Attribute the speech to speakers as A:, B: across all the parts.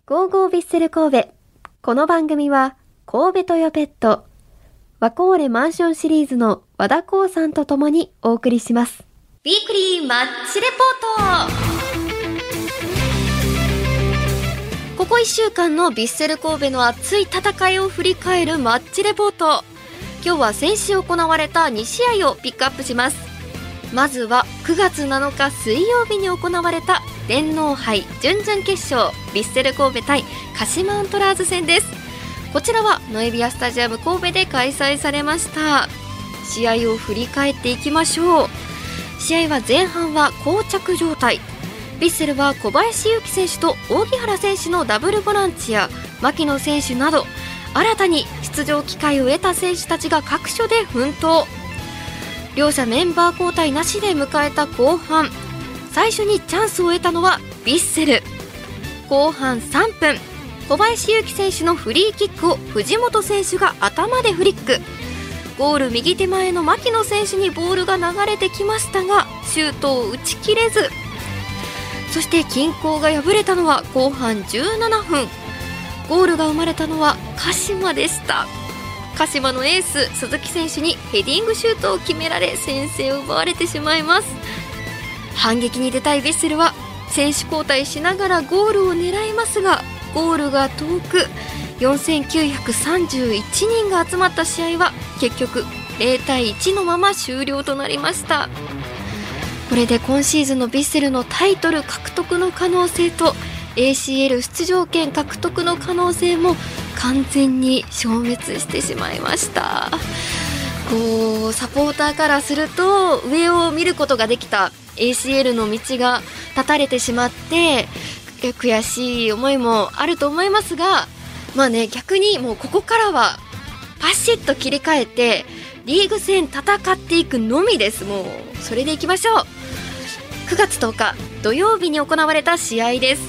A: ゴーゴービッセル神戸。この番組は神戸トヨペット、ワコーレマンションシリーズの和田光さんと共にお送りします。
B: ウィークリーマッチレポート。ここ1週間のビッセル神戸の熱い戦いを振り返るマッチレポート。今日は先週行われた2試合をピックアップします。まずは9月7日水曜日に行われた天皇杯準々決勝、ビッセル神戸対鹿島アントラーズ戦です。こちらはノエビアスタジアム神戸で開催されました。試合を振り返っていきましょう。試合は前半は膠着状態。ヴィッセルは小林優希選手と扇原選手のダブルボランチや牧野選手など新たに出場機会を得た選手たちが各所で奮闘。両者メンバー交代なしで迎えた後半、最初にチャンスを得たのはヴィッセル。後半3分、小林優希選手のフリーキックを藤本選手が頭でフリック。ゴール右手前の牧野選手にボールが流れてきましたがシュートを打ち切れず、そして均衡が破れたのは後半17分。ゴールが生まれたのは鹿島でした。鹿島のエース鈴木選手にヘディングシュートを決められ先制を奪われてしまいます。反撃に出たいヴィッセルは選手交代しながらゴールを狙いますがゴールが遠く、4931人が集まった試合は結局0対1のまま終了となりました。これで今シーズンのヴィッセルのタイトル獲得の可能性と ACL 出場権獲得の可能性も完全に消滅してしまいました。サポーターからすると上を見ることができた ACL の道が断たれてしまって悔しい思いもあると思いますが、逆にもうここからはパシッと切り替えてリーグ戦戦っていくのみです。もうそれでいきましょう。9月10日土曜日に行われた試合です。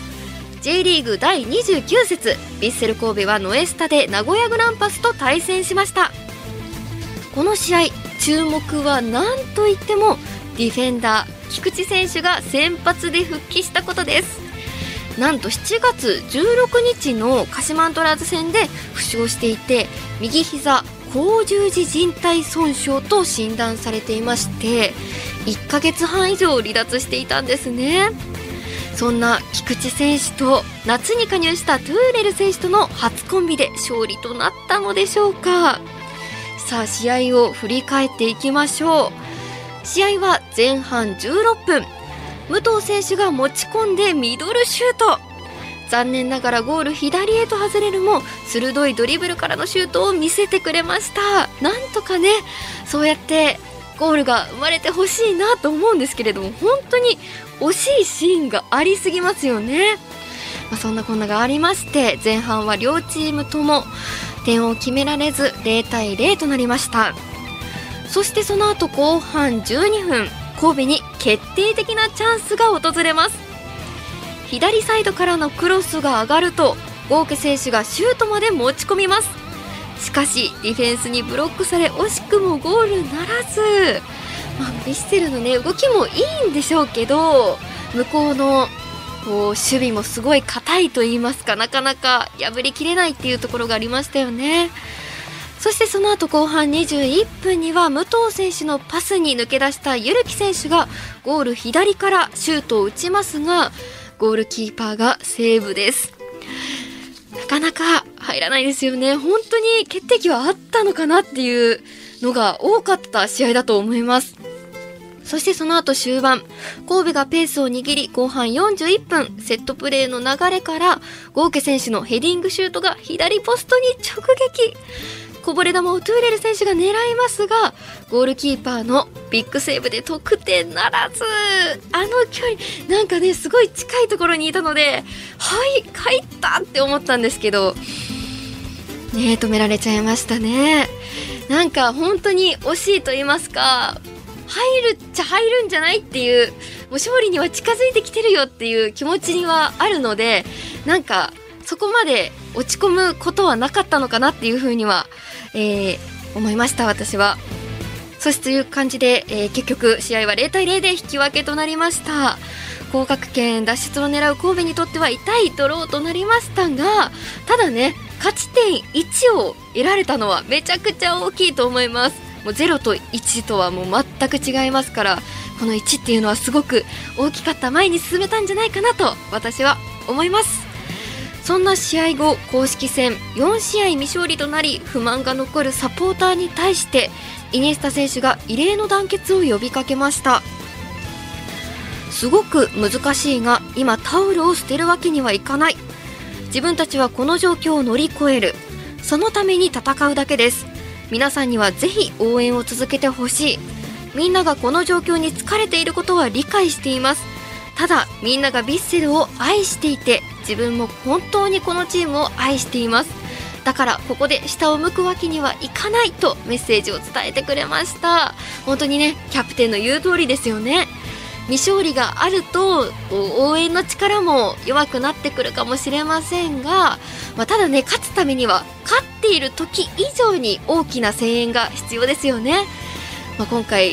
B: J リーグ第29節、ヴィッセル神戸はノエスタで名古屋グランパスと対戦しました。この試合注目は何といってもディフェンダー菊池選手が先発で復帰したことです。なんと7月16日の鹿島アントラーズ戦で負傷していて右膝甲十字靭帯損傷と診断されていまして1ヶ月半以上離脱していたんですね。そんな菊池選手と夏に加入したトゥーレル選手との初コンビで勝利となったのでしょうか。さあ試合を振り返っていきましょう。試合は前半16分、武藤選手が持ち込んでミドルシュート。残念ながらゴール左へと外れるも鋭いドリブルからのシュートを見せてくれました。なんとかね、そうやってゴールが生まれてほしいなと思うんですけれども、本当に惜しいシーンがありすぎますよね。そんなこんながありまして前半は両チームとも点を決められず0対0となりました。そしてその後後半12分、神戸に決定的なチャンスが訪れます。左サイドからのクロスが上がるとゴーケ選手がシュートまで持ち込みます。しかしディフェンスにブロックされ惜しくもゴールならず、ヴィッセルの動きもいいんでしょうけど向こうの守備もすごい硬いと言いますか、なかなか破りきれないっていうところがありましたよね。そしてその後後半21分には武藤選手のパスに抜け出したゆるき選手がゴール左からシュートを打ちますがゴールキーパーがセーブです。なかなか入らないですよね。本当に決定機はあったのかなっていうのが多かった試合だと思います。そしてその後終盤、神戸がペースを握り後半41分、セットプレーの流れからゴーケ選手のヘディングシュートが左ポストに直撃。こぼれ球をトゥーレル選手が狙いますがゴールキーパーのビッグセーブで得点ならず。あの距離なんかねすごい近いところにいたので入ったって思ったんですけどね、止められちゃいましたね。なんか本当に惜しいと言いますか、入るっちゃ入るんじゃないっていう、もう勝利には近づいてきてるよっていう気持ちにはあるので、なんかそこまで落ち込むことはなかったのかなっていうふうには、思いました私は。 そしてという感じで、結局試合は0対0で引き分けとなりました。降格圏脱出を狙う神戸にとっては痛いドローとなりましたが、ただね、勝ち点1を得られたのはめちゃくちゃ大きいと思います。もう0と1とはもう全く違いますから、この1っていうのはすごく大きかった、前に進めたんじゃないかなと私は思います。そんな試合後、公式戦4試合未勝利となり不満が残るサポーターに対してイニエスタ選手が異例の団結を呼びかけました。すごく難しいが今タオルを捨てるわけにはいかない、自分たちはこの状況を乗り越える、そのために戦うだけです。皆さんにはぜひ応援を続けてほしい。みんながこの状況に疲れていることは理解しています。ただみんながヴィッセルを愛していて、自分も本当にこのチームを愛しています。だからここで下を向くわけにはいかないとメッセージを伝えてくれました。本当にね、キャプテンの言う通りですよね。未勝利があると応援の力も弱くなってくるかもしれませんが、ただね、勝つためには勝っている時以上に大きな声援が必要ですよね。今回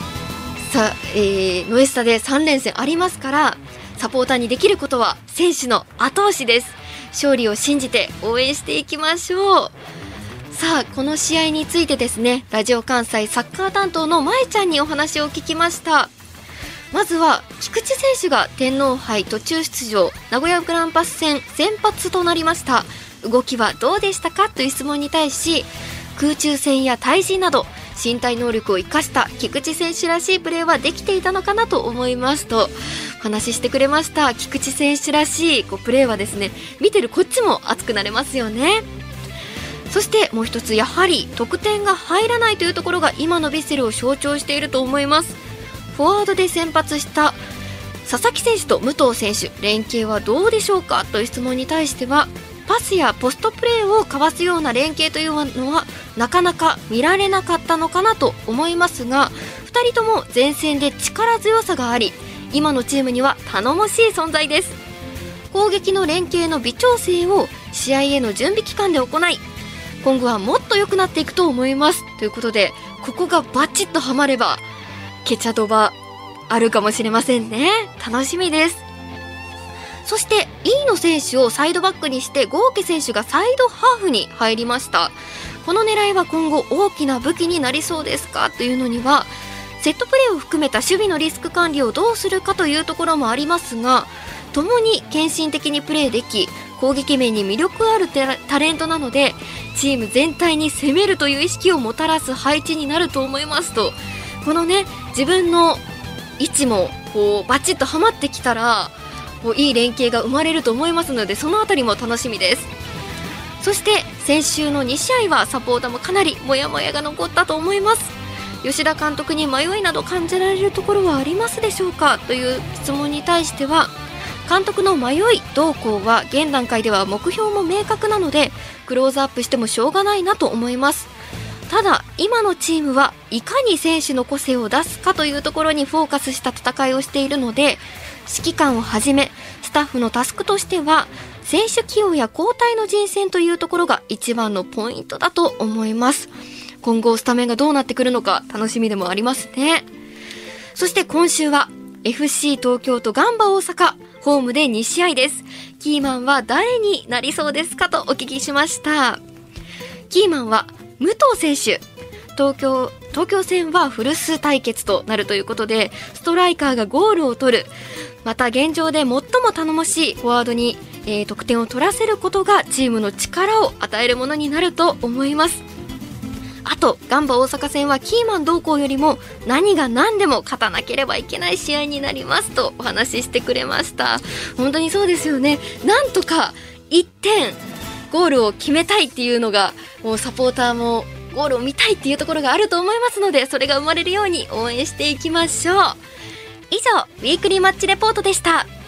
B: ノエスタで3連戦ありますから、サポーターにできることは選手の後押しです。勝利を信じて応援していきましょう。さあ、この試合についてですね、ラジオ関西サッカー担当のまえちゃんにお話を聞きました。まずは菊池選手が天皇杯途中出場、名古屋グランパス戦先発となりました。動きはどうでしたかという質問に対し、空中戦や対人など身体能力を生かした菊池選手らしいプレーはできていたのかなと思いますと話してくれました。菊池選手らしいプレーはですね、見てるこっちも熱くなれますよね。そしてもう一つ、やはり得点が入らないというところが今のヴィッセルを象徴していると思います。フォワードで先発した佐々木選手と武藤選手、連携はどうでしょうかという質問に対しては、パスやポストプレーを交わすような連携というのはなかなか見られなかったのかなと思いますが、2人とも前線で力強さがあり、今のチームには頼もしい存在です。攻撃の連携の微調整を試合への準備期間で行い、今後はもっと良くなっていくと思いますということで、ここがバチッとはまればケチャドバあるかもしれませんね。楽しみです。そして飯野選手をサイドバックにして豪家選手がサイドハーフに入りました。この狙いは今後大きな武器になりそうですかというのには、セットプレーを含めた守備のリスク管理をどうするかというところもありますが、共に献身的にプレーでき、攻撃面に魅力あるタレントなので、チーム全体に攻めるという意識をもたらす配置になると思いますと、このね、自分の位置もバチッとはまってきたらいい連携が生まれると思いますので、そのあたりも楽しみです。そして先週の2試合はサポーターもかなりモヤモヤが残ったと思います。吉田監督に迷いなど感じられるところはありますでしょうかという質問に対しては、監督の迷い動向は現段階では目標も明確なのでクローズアップしてもしょうがないなと思います。ただ今のチームはいかに選手の個性を出すかというところにフォーカスした戦いをしているので、指揮官をはじめスタッフのタスクとしては選手起用や交代の人選というところが一番のポイントだと思います。今後スタメンがどうなってくるのか楽しみでもありますね。そして今週は FC 東京とガンバ大阪ホームで2試合です。キーマンは誰になりそうですかとお聞きしました。キーマンは武藤選手。東京戦は古巣対決となるということで、ストライカーがゴールを取る、また現状で最も頼もしいフォワードに、得点を取らせることがチームの力を与えるものになると思います。あとガンバ大阪戦はキーマン同行よりも何が何でも勝たなければいけない試合になりますとお話ししてくれました。本当にそうですよね。なんとか1点ゴールを決めたいっていうのが、もうサポーターもゴールを見たいっていうところがあると思いますので、それが生まれるように応援していきましょう。以上ウィークリーマッチレポートでした。